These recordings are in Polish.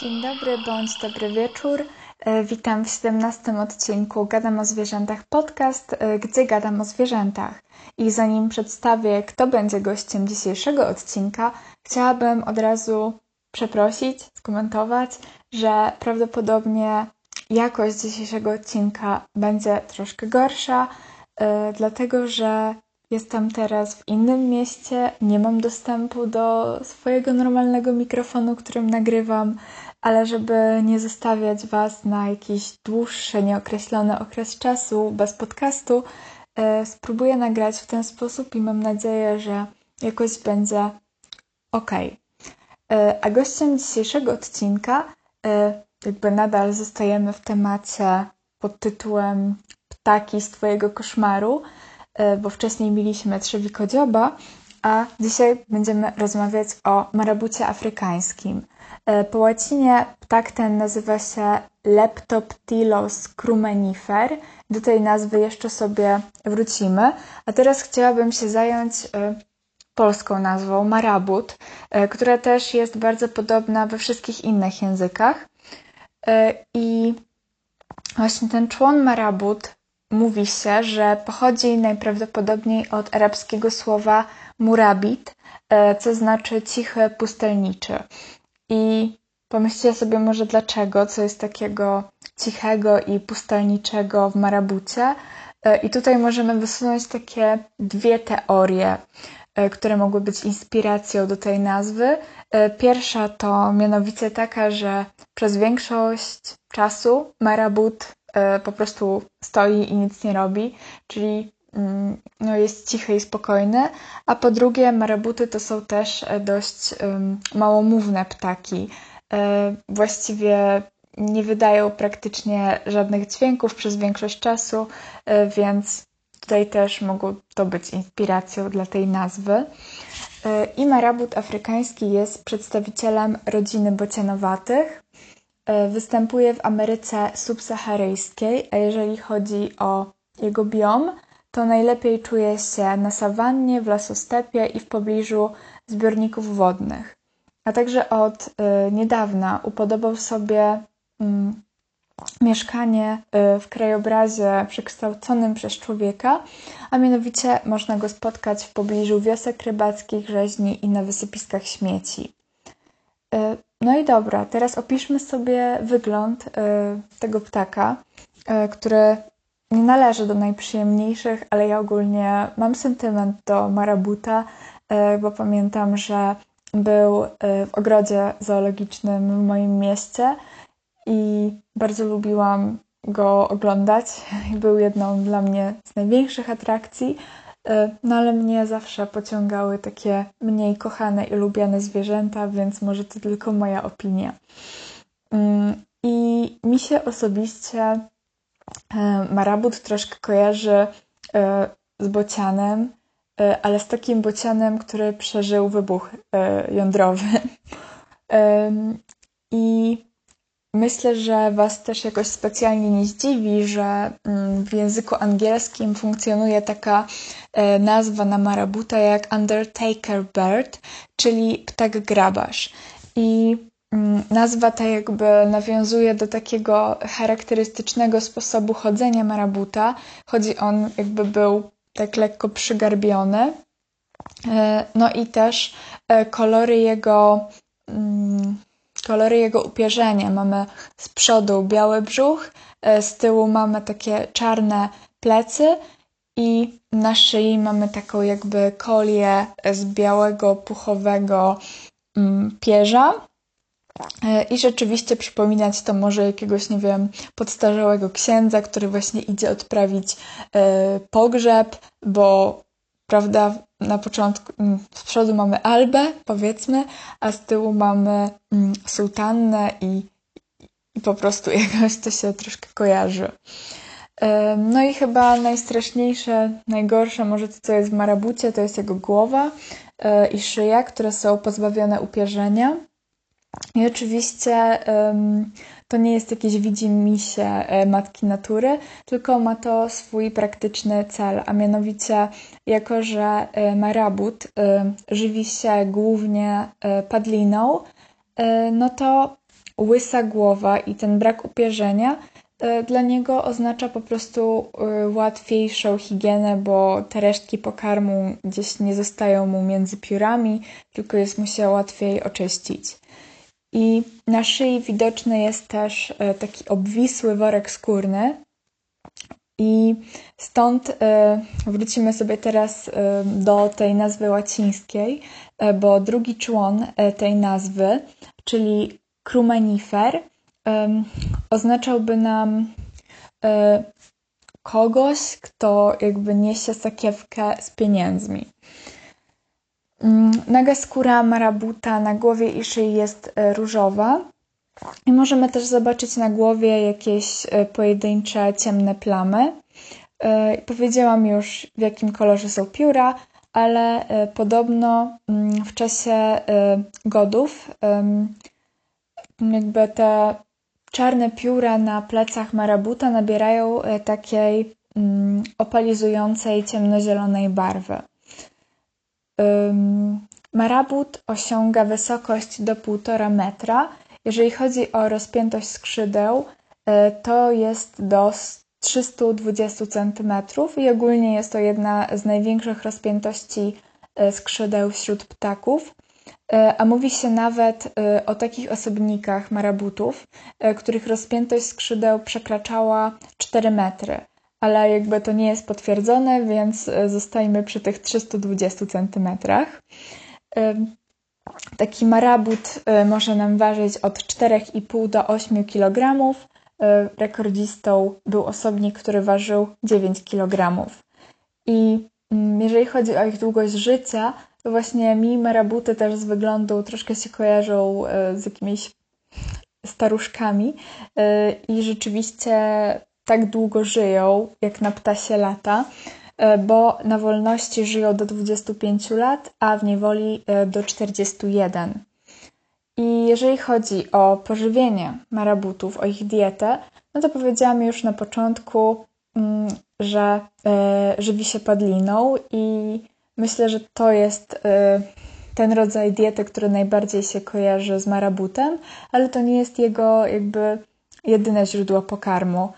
Dzień dobry bądź dobry wieczór. Witam w 17 odcinku Gadam o zwierzętach podcast, gdzie gadam o zwierzętach. I zanim przedstawię, kto będzie gościem dzisiejszego odcinka, chciałabym od razu przeprosić, skomentować, że prawdopodobnie jakość dzisiejszego odcinka będzie troszkę gorsza, dlatego że jestem teraz w innym mieście, nie mam dostępu do swojego normalnego mikrofonu, którym nagrywam, ale żeby nie zostawiać Was na jakiś dłuższy, nieokreślony okres czasu bez podcastu, spróbuję nagrać w ten sposób i mam nadzieję, że jakoś będzie ok. A gościem dzisiejszego odcinka, jakby nadal zostajemy w temacie pod tytułem Ptaki z Twojego koszmaru, bo wcześniej mieliśmy trzewikodzioba, a dzisiaj będziemy rozmawiać o marabucie afrykańskim. Po łacinie ptak ten nazywa się Leptoptylos crumenifer. Do tej nazwy jeszcze sobie wrócimy. A teraz chciałabym się zająć polską nazwą marabut, która też jest bardzo podobna we wszystkich innych językach. I właśnie ten człon marabut mówi się, że pochodzi najprawdopodobniej od arabskiego słowa murabit, co znaczy cichy, pustelniczy. I pomyślcie sobie może dlaczego, co jest takiego cichego i pustelniczego w marabucie. I tutaj możemy wysunąć takie dwie teorie, które mogły być inspiracją do tej nazwy. Pierwsza to mianowicie taka, że przez większość czasu marabut po prostu stoi i nic nie robi, czyli jest cichy i spokojny, a po drugie marabuty to są też dość małomówne ptaki. Właściwie nie wydają praktycznie żadnych dźwięków przez większość czasu, więc tutaj też mogło to być inspiracją dla tej nazwy. I marabut afrykański jest przedstawicielem rodziny bocianowatych. Występuje w Ameryce subsaharyjskiej, a jeżeli chodzi o jego biom, to najlepiej czuje się na sawannie, w lasostepie i w pobliżu zbiorników wodnych. A także od niedawna upodobał sobie mieszkanie w krajobrazie przekształconym przez człowieka, a mianowicie można go spotkać w pobliżu wiosek rybackich, rzeźni i na wysypiskach śmieci. No i dobra, teraz opiszmy sobie wygląd tego ptaka, który nie należy do najprzyjemniejszych, ale ja ogólnie mam sentyment do marabuta, bo pamiętam, że był w ogrodzie zoologicznym w moim mieście i bardzo lubiłam go oglądać. Był jedną dla mnie z największych atrakcji, no ale mnie zawsze pociągały takie mniej kochane i lubiane zwierzęta, więc może to tylko moja opinia. I mi się osobiście marabut troszkę kojarzy z bocianem, ale z takim bocianem, który przeżył wybuch jądrowy. I myślę, że Was też jakoś specjalnie nie zdziwi, że w języku angielskim funkcjonuje taka nazwa na marabuta jak Undertaker Bird, czyli ptak grabarz. I nazwa ta jakby nawiązuje do takiego charakterystycznego sposobu chodzenia marabuta. On jakby był tak lekko przygarbiony. No i też kolory jego upierzenia. Mamy z przodu biały brzuch, z tyłu mamy takie czarne plecy i na szyi mamy taką jakby kolię z białego, puchowego pierza. I rzeczywiście przypominać to może jakiegoś, nie wiem, podstarzałego księdza, który właśnie idzie odprawić pogrzeb, bo prawda, na początku z przodu mamy albę, powiedzmy, a z tyłu mamy sułtannę i po prostu jakoś to się troszkę kojarzy. No i chyba najstraszniejsze, najgorsze może to, co jest w marabucie, to jest jego głowa i szyja, które są pozbawione upierzenia. I oczywiście to nie jest jakieś widzimisię matki natury, tylko ma to swój praktyczny cel, a mianowicie jako, że marabut żywi się głównie padliną, no to łysa głowa i ten brak upierzenia dla niego oznacza po prostu łatwiejszą higienę, bo te resztki pokarmu gdzieś nie zostają mu między piórami, tylko jest mu się łatwiej oczyścić. I na szyi widoczny jest też taki obwisły worek skórny i stąd wrócimy sobie teraz do tej nazwy łacińskiej, bo drugi człon tej nazwy, czyli krumenifer, oznaczałby nam kogoś, kto jakby niesie sakiewkę z pieniędzmi. Naga skóra marabuta na głowie i szyi jest różowa i możemy też zobaczyć na głowie jakieś pojedyncze ciemne plamy. Powiedziałam już, w jakim kolorze są pióra, ale podobno w czasie godów jakby te czarne pióra na plecach marabuta nabierają takiej opalizującej ciemnozielonej barwy. Marabut osiąga wysokość do 1,5 metra. Jeżeli chodzi o rozpiętość skrzydeł, to jest do 320 cm i ogólnie jest to jedna z największych rozpiętości skrzydeł wśród ptaków. A mówi się nawet o takich osobnikach marabutów, których rozpiętość skrzydeł przekraczała 4 metry. Ale jakby to nie jest potwierdzone, więc zostajmy przy tych 320 cm. Taki marabut może nam ważyć od 4,5 do 8 kg. Rekordzistą był osobnik, który ważył 9 kg. I jeżeli chodzi o ich długość życia, to właśnie mi marabuty też z wyglądu troszkę się kojarzą z jakimiś staruszkami i rzeczywiście tak długo żyją, jak na ptasie lata, bo na wolności żyją do 25 lat, a w niewoli do 41. I jeżeli chodzi o pożywienie marabutów, o ich dietę, no to powiedziałam już na początku, że żywi się padliną i myślę, że to jest ten rodzaj diety, który najbardziej się kojarzy z marabutem, ale to nie jest jego jakby jedyne źródło pokarmu.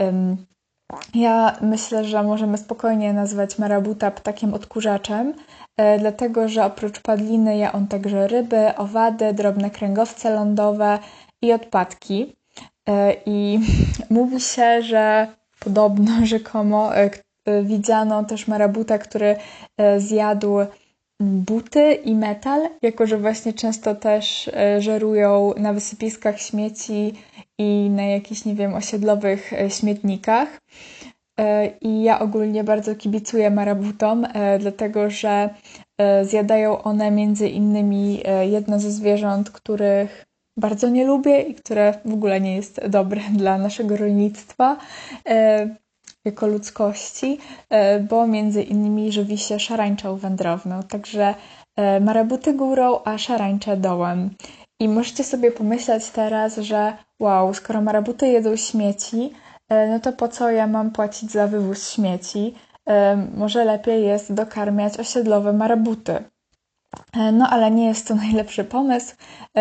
Ja myślę, że możemy spokojnie nazwać marabuta ptakiem odkurzaczem, dlatego że oprócz padliny je on także ryby, owady, drobne kręgowce lądowe i odpadki. I mówi się, że podobno rzekomo widziano też marabuta, który zjadł buty i metal, jako że właśnie często też żerują na wysypiskach śmieci i na jakichś, nie wiem, osiedlowych śmietnikach. I ja ogólnie bardzo kibicuję marabutom, dlatego że zjadają one między innymi jedno ze zwierząt, których bardzo nie lubię i które w ogóle nie jest dobre dla naszego rolnictwa jako ludzkości, bo między innymi żywi się szarańczą wędrowną. Także marabuty górą, a szarańcze dołem. I możecie sobie pomyśleć teraz, że wow, skoro marabuty jedzą śmieci, no to po co ja mam płacić za wywóz śmieci? Może lepiej jest dokarmiać osiedlowe marabuty. No ale nie jest to najlepszy pomysł.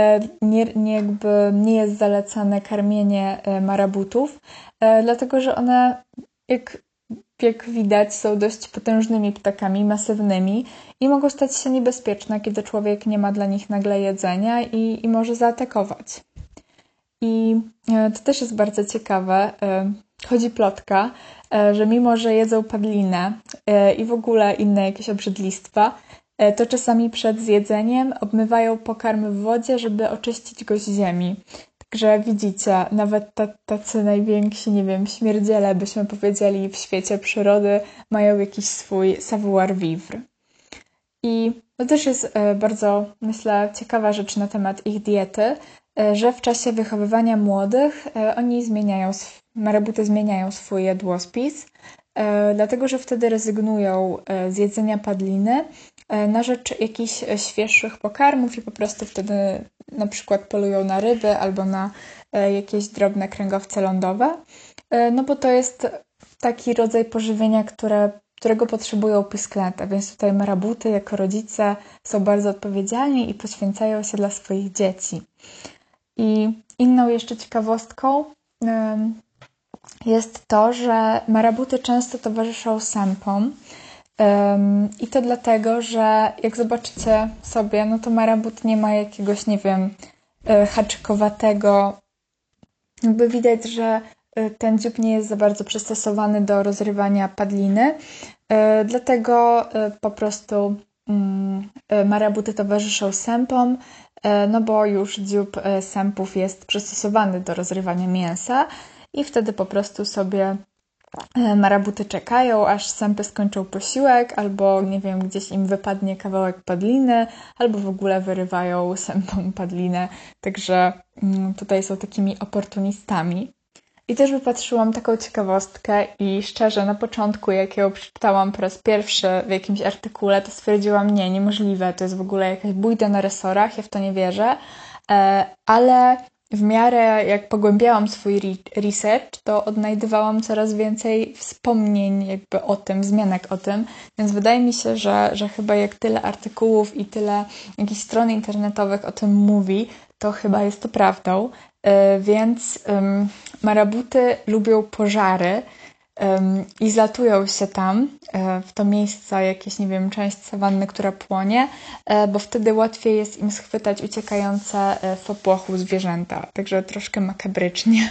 Nie jest zalecane karmienie marabutów, dlatego że one, jak widać, są dość potężnymi ptakami, masywnymi i mogą stać się niebezpieczne, kiedy człowiek nie ma dla nich nagle jedzenia i może zaatakować. I to też jest bardzo ciekawe. Chodzi plotka, że mimo, że jedzą padlinę i w ogóle inne jakieś obrzydlistwa, to czasami przed zjedzeniem obmywają pokarm w wodzie, żeby oczyścić go z ziemi. Także widzicie, nawet tacy najwięksi, nie wiem, śmierdziele, byśmy powiedzieli, w świecie przyrody mają jakiś swój savoir-vivre. I to też jest bardzo, myślę, ciekawa rzecz na temat ich diety, że w czasie wychowywania młodych marabuty zmieniają swój jadłospis, dlatego że wtedy rezygnują z jedzenia padliny na rzecz jakichś świeższych pokarmów i po prostu wtedy na przykład polują na ryby albo na jakieś drobne kręgowce lądowe, no bo to jest taki rodzaj pożywienia, którego potrzebują pisklęta, więc tutaj marabuty jako rodzice są bardzo odpowiedzialni i poświęcają się dla swoich dzieci. I Inną jeszcze ciekawostką jest to, że marabuty często towarzyszą sępom. I to dlatego, że jak zobaczycie sobie, no to marabut nie ma jakiegoś, nie wiem, haczykowatego. Jakby widać, że ten dziób nie jest za bardzo przystosowany do rozrywania padliny. Dlatego po prostu marabuty towarzyszą sępom, no bo już dziób sępów jest przystosowany do rozrywania mięsa i wtedy po prostu sobie marabuty czekają, aż sępy skończą posiłek, albo nie wiem, gdzieś im wypadnie kawałek padliny, albo w ogóle wyrywają sępom padlinę. Także tutaj są takimi oportunistami. I też wypatrzyłam taką ciekawostkę i szczerze na początku, jak ją przeczytałam po raz pierwszy w jakimś artykule, to stwierdziłam, niemożliwe, to jest w ogóle jakaś bójda na resorach, ja w to nie wierzę, ale w miarę jak pogłębiałam swój research, to odnajdywałam coraz więcej wspomnień jakby o tym, wzmianek o tym, więc wydaje mi się, że chyba jak tyle artykułów i tyle jakichś stron internetowych o tym mówi, to chyba jest to prawdą. Więc marabuty lubią pożary i zlatują się tam w to miejsce, jakieś, nie wiem, część sawanny, która płonie, bo wtedy łatwiej jest im schwytać uciekające w popłochu zwierzęta. Także troszkę makabrycznie.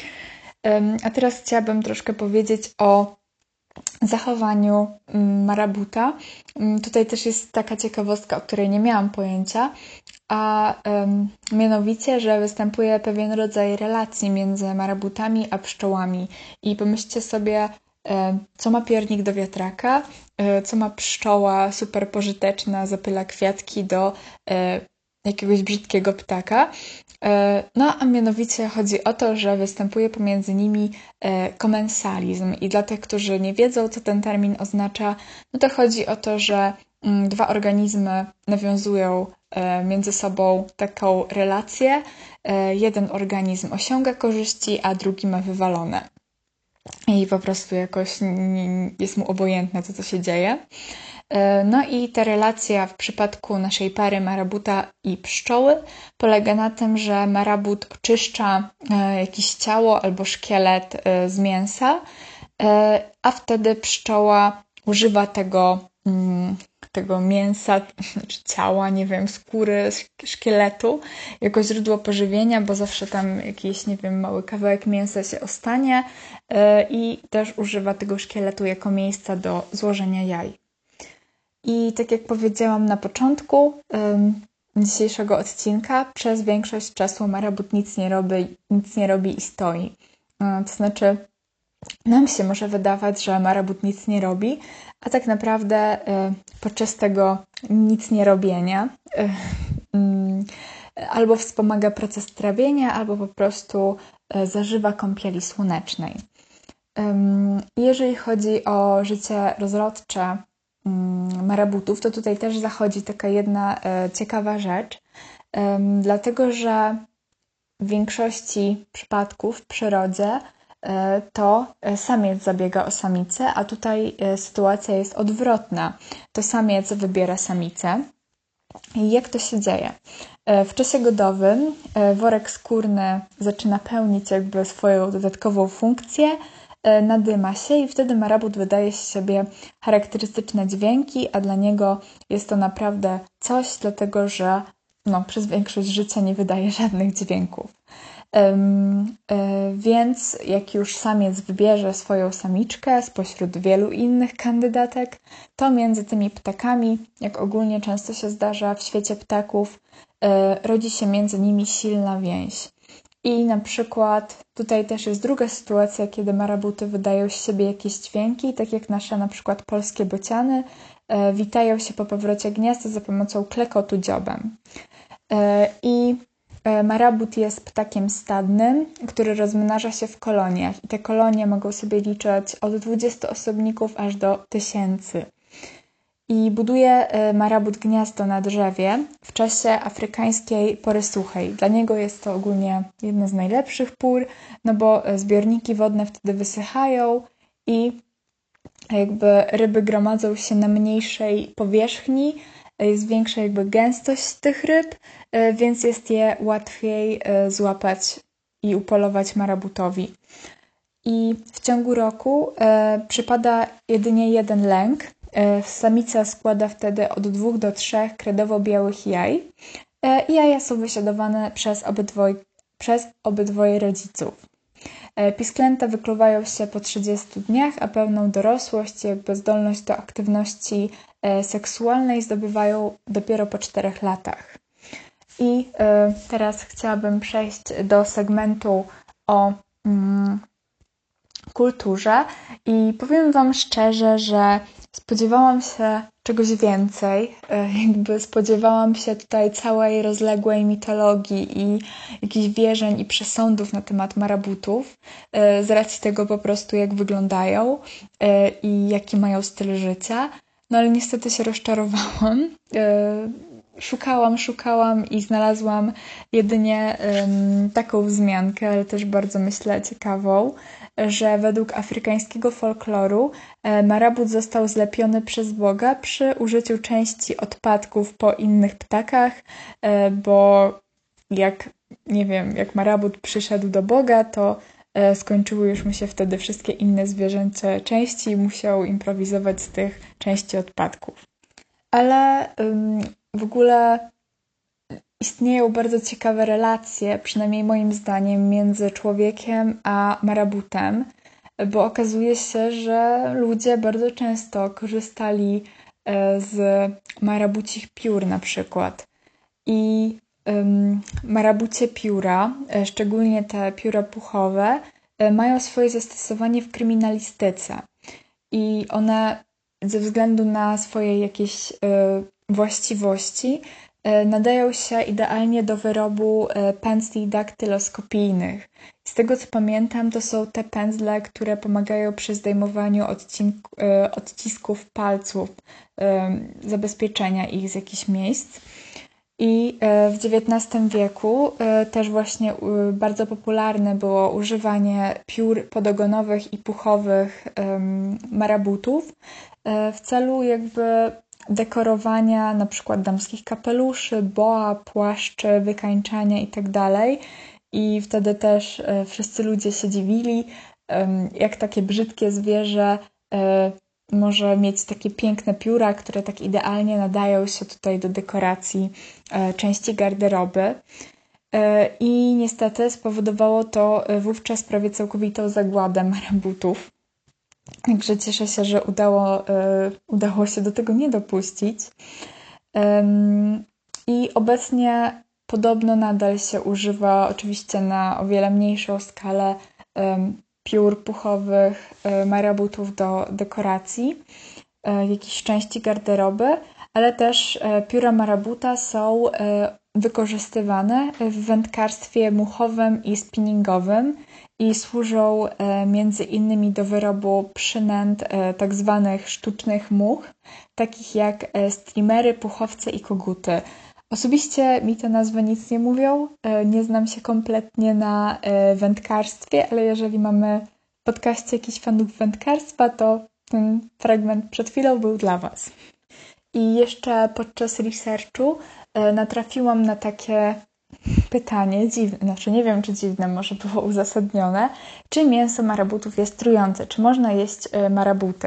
A teraz chciałabym troszkę powiedzieć o zachowaniu marabuta. Tutaj też jest taka ciekawostka, o której nie miałam pojęcia, a mianowicie, że występuje pewien rodzaj relacji między marabutami a pszczołami. I pomyślcie sobie, co ma piernik do wiatraka, co ma pszczoła super pożyteczna, zapyla kwiatki do jakiegoś brzydkiego ptaka. No, a mianowicie chodzi o to, że występuje pomiędzy nimi komensalizm. I dla tych, którzy nie wiedzą, co ten termin oznacza, no to chodzi o to, że dwa organizmy nawiązują między sobą taką relację. Jeden organizm osiąga korzyści, a drugi ma wywalone. I po prostu jakoś jest mu obojętne to, co się dzieje. No i ta relacja w przypadku naszej pary marabuta i pszczoły polega na tym, że marabut oczyszcza jakieś ciało albo szkielet z mięsa, a wtedy pszczoła używa tego mięsa, czy ciała, nie wiem, skóry, szkieletu, jako źródło pożywienia, bo zawsze tam jakiś, nie wiem, mały kawałek mięsa się ostanie i też używa tego szkieletu jako miejsca do złożenia jaj. I tak jak powiedziałam na początku dzisiejszego odcinka, przez większość czasu marabut nic nie robi i stoi. To znaczy, nam się może wydawać, że marabut nic nie robi, a tak naprawdę podczas tego nic nie robienia albo wspomaga proces trawienia, albo po prostu zażywa kąpieli słonecznej. Jeżeli chodzi o życie rozrodcze marabutów, to tutaj też zachodzi taka jedna ciekawa rzecz, dlatego że w większości przypadków w przyrodzie to samiec zabiega o samicę, a tutaj sytuacja jest odwrotna. To samiec wybiera samicę. I jak to się dzieje? W czasie godowym worek skórny zaczyna pełnić jakby swoją dodatkową funkcję, nadyma się i wtedy marabut wydaje z siebie charakterystyczne dźwięki, a dla niego jest to naprawdę coś, dlatego że przez większość życia nie wydaje żadnych dźwięków. Więc jak już samiec wybierze swoją samiczkę spośród wielu innych kandydatek, to między tymi ptakami, jak ogólnie często się zdarza w świecie ptaków, rodzi się między nimi silna więź. I na przykład tutaj też jest druga sytuacja, kiedy marabuty wydają z siebie jakieś dźwięki, tak jak nasze na przykład polskie bociany witają się po powrocie gniazda za pomocą klekotu dziobem. I marabut jest ptakiem stadnym, który rozmnaża się w koloniach i te kolonie mogą sobie liczyć od 20 osobników aż do 1000. I buduje marabut gniazdo na drzewie w czasie afrykańskiej pory suchej. Dla niego jest to ogólnie jedna z najlepszych pór, bo zbiorniki wodne wtedy wysychają i jakby ryby gromadzą się na mniejszej powierzchni jest większa jakby gęstość tych ryb, więc jest je łatwiej złapać i upolować marabutowi. I w ciągu roku przypada jedynie jeden lęk. Samica składa wtedy od 2 do 3 kredowo-białych jaj. I jaja są wysiadowane przez obydwoje rodziców. Pisklęta wykluwają się po 30 dniach, a pełną dorosłość i jakby zdolność do aktywności seksualnej zdobywają dopiero po 4 latach. I teraz chciałabym przejść do segmentu o kulturze i powiem Wam szczerze, że spodziewałam się czegoś więcej. Jakby spodziewałam się tutaj całej rozległej mitologii i jakichś wierzeń i przesądów na temat marabutów z racji tego po prostu jak wyglądają i jaki mają styl życia. No ale niestety się rozczarowałam. Szukałam i znalazłam jedynie taką wzmiankę, ale też bardzo myślę ciekawą, że według afrykańskiego folkloru marabut został zlepiony przez Boga przy użyciu części odpadków po innych ptakach, bo jak marabut przyszedł do Boga, to skończyły już mu się wtedy wszystkie inne zwierzęce części i musiał improwizować z tych części odpadków. Ale w ogóle istnieją bardzo ciekawe relacje, przynajmniej moim zdaniem, między człowiekiem a marabutem, bo okazuje się, że ludzie bardzo często korzystali z marabucich piór na przykład. I marabucie pióra, szczególnie te pióra puchowe, mają swoje zastosowanie w kryminalistyce. I one ze względu na swoje jakieś właściwości nadają się idealnie do wyrobu pędzli daktyloskopijnych. Z tego co pamiętam, to są te pędzle, które pomagają przy zdejmowaniu odcisków palców, zabezpieczenia ich z jakichś miejsc. I w XIX wieku też właśnie bardzo popularne było używanie piór podogonowych i puchowych marabutów w celu jakby dekorowania na przykład damskich kapeluszy, boa, płaszczy, wykańczania itd. I wtedy też wszyscy ludzie się dziwili, jak takie brzydkie zwierzę może mieć takie piękne pióra, które tak idealnie nadają się tutaj do dekoracji części garderoby. I niestety spowodowało to wówczas prawie całkowitą zagładę marabutów. Także cieszę się, że udało się do tego nie dopuścić. I obecnie podobno nadal się używa, oczywiście na o wiele mniejszą skalę, piór puchowych marabutów do dekoracji jakiejś części garderoby, ale też pióra marabuta są wykorzystywane w wędkarstwie muchowym i spinningowym i służą między innymi do wyrobu przynęt tak zwanych sztucznych much, takich jak streamery, puchowce i koguty. Osobiście mi te nazwy nic nie mówią, nie znam się kompletnie na wędkarstwie, ale jeżeli mamy w podcaście jakichś fanów wędkarstwa, to ten fragment przed chwilą był dla Was. I jeszcze podczas researchu natrafiłam na takie pytanie dziwne, znaczy nie wiem czy dziwne, może było uzasadnione, czy mięso marabutów jest trujące, czy można jeść marabuty.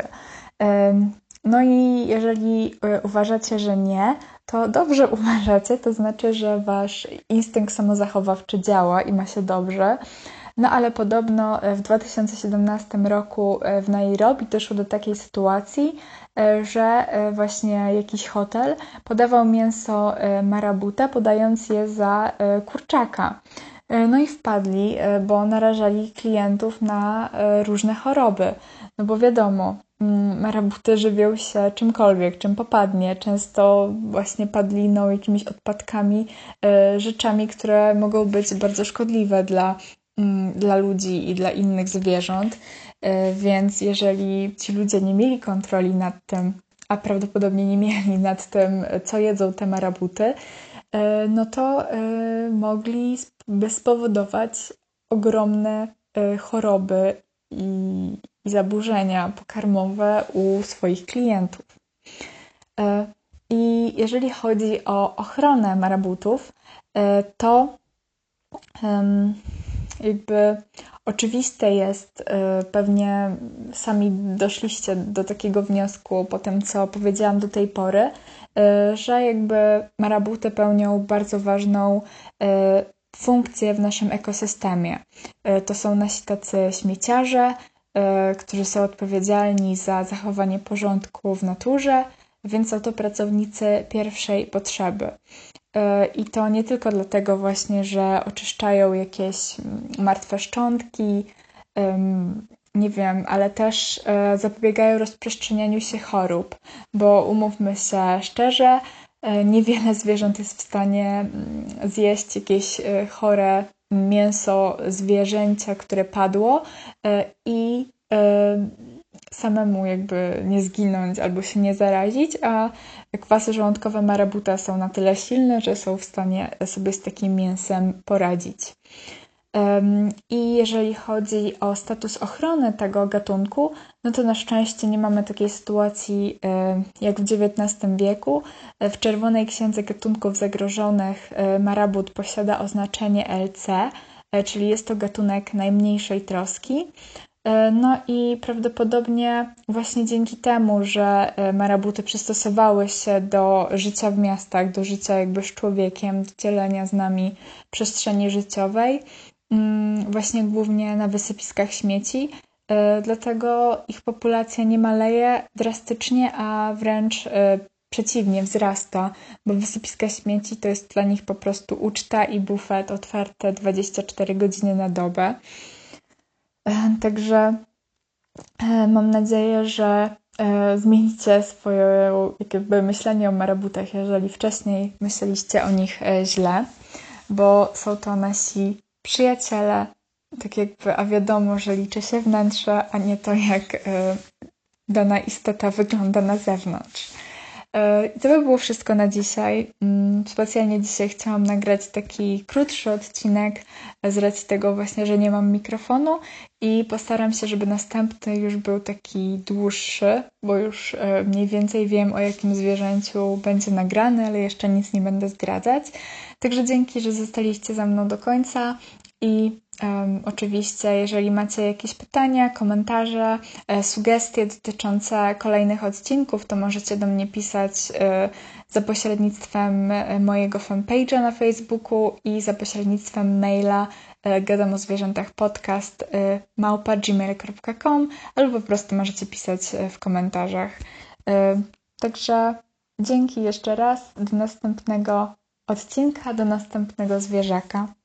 No i jeżeli uważacie, że nie, to dobrze uważacie, to znaczy, że Wasz instynkt samozachowawczy działa i ma się dobrze. No ale podobno w 2017 roku w Nairobi doszło do takiej sytuacji, że właśnie jakiś hotel podawał mięso marabuta, podając je za kurczaka. No i wpadli, bo narażali klientów na różne choroby. No bo wiadomo, marabuty żywią się czymkolwiek, czym popadnie. Często właśnie padliną, jakimiś odpadkami, rzeczami, które mogą być bardzo szkodliwe dla ludzi i dla innych zwierząt. Więc jeżeli ci ludzie nie mieli kontroli nad tym, a prawdopodobnie nie mieli nad tym, co jedzą te marabuty, no to mogliby spowodować ogromne choroby i zaburzenia pokarmowe u swoich klientów. I I jeżeli chodzi o ochronę marabutów, to jakby oczywiste jest, pewnie sami doszliście do takiego wniosku po tym, co powiedziałam do tej pory, że jakby marabuty pełnią bardzo ważną funkcję w naszym ekosystemie. To są nasi tacy śmieciarze, którzy są odpowiedzialni za zachowanie porządku w naturze, więc są to pracownicy pierwszej potrzeby. I to nie tylko dlatego właśnie, że oczyszczają jakieś martwe szczątki, nie wiem, ale też zapobiegają rozprzestrzenianiu się chorób, bo umówmy się szczerze, niewiele zwierząt jest w stanie zjeść jakieś chore mięso zwierzęcia, które padło i samemu jakby nie zginąć albo się nie zarazić, a kwasy żołądkowe marabuta są na tyle silne, że są w stanie sobie z takim mięsem poradzić. I jeżeli chodzi o status ochrony tego gatunku, no to na szczęście nie mamy takiej sytuacji jak w XIX wieku. W Czerwonej Księdze Gatunków Zagrożonych marabut posiada oznaczenie LC, czyli jest to gatunek najmniejszej troski. No i prawdopodobnie właśnie dzięki temu, że marabuty przystosowały się do życia w miastach, do życia jakby z człowiekiem, do dzielenia z nami przestrzeni życiowej, właśnie głównie na wysypiskach śmieci, dlatego ich populacja nie maleje drastycznie, a wręcz przeciwnie, wzrasta, bo wysypiska śmieci to jest dla nich po prostu uczta i bufet otwarte 24 godziny na dobę. Także mam nadzieję, że zmienicie swoje jakby myślenie o marabutach, jeżeli wcześniej myśleliście o nich źle, bo są to nasi przyjaciele, tak jakby, a wiadomo, że liczy się wnętrze, a nie to, jak dana istota wygląda na zewnątrz. I to by było wszystko na dzisiaj. Specjalnie dzisiaj chciałam nagrać taki krótszy odcinek z racji tego właśnie, że nie mam mikrofonu i postaram się, żeby następny już był taki dłuższy, bo już mniej więcej wiem, o jakim zwierzęciu będzie nagrany, ale jeszcze nic nie będę zdradzać. Także dzięki, że zostaliście ze mną do końca i oczywiście, jeżeli macie jakieś pytania, komentarze, sugestie dotyczące kolejnych odcinków, to możecie do mnie pisać za pośrednictwem mojego fanpage'a na Facebooku i za pośrednictwem maila gadamozwierzętachpodcast@gmail.com albo po prostu możecie pisać w komentarzach. Także dzięki jeszcze raz, do następnego odcinka, do następnego zwierzaka.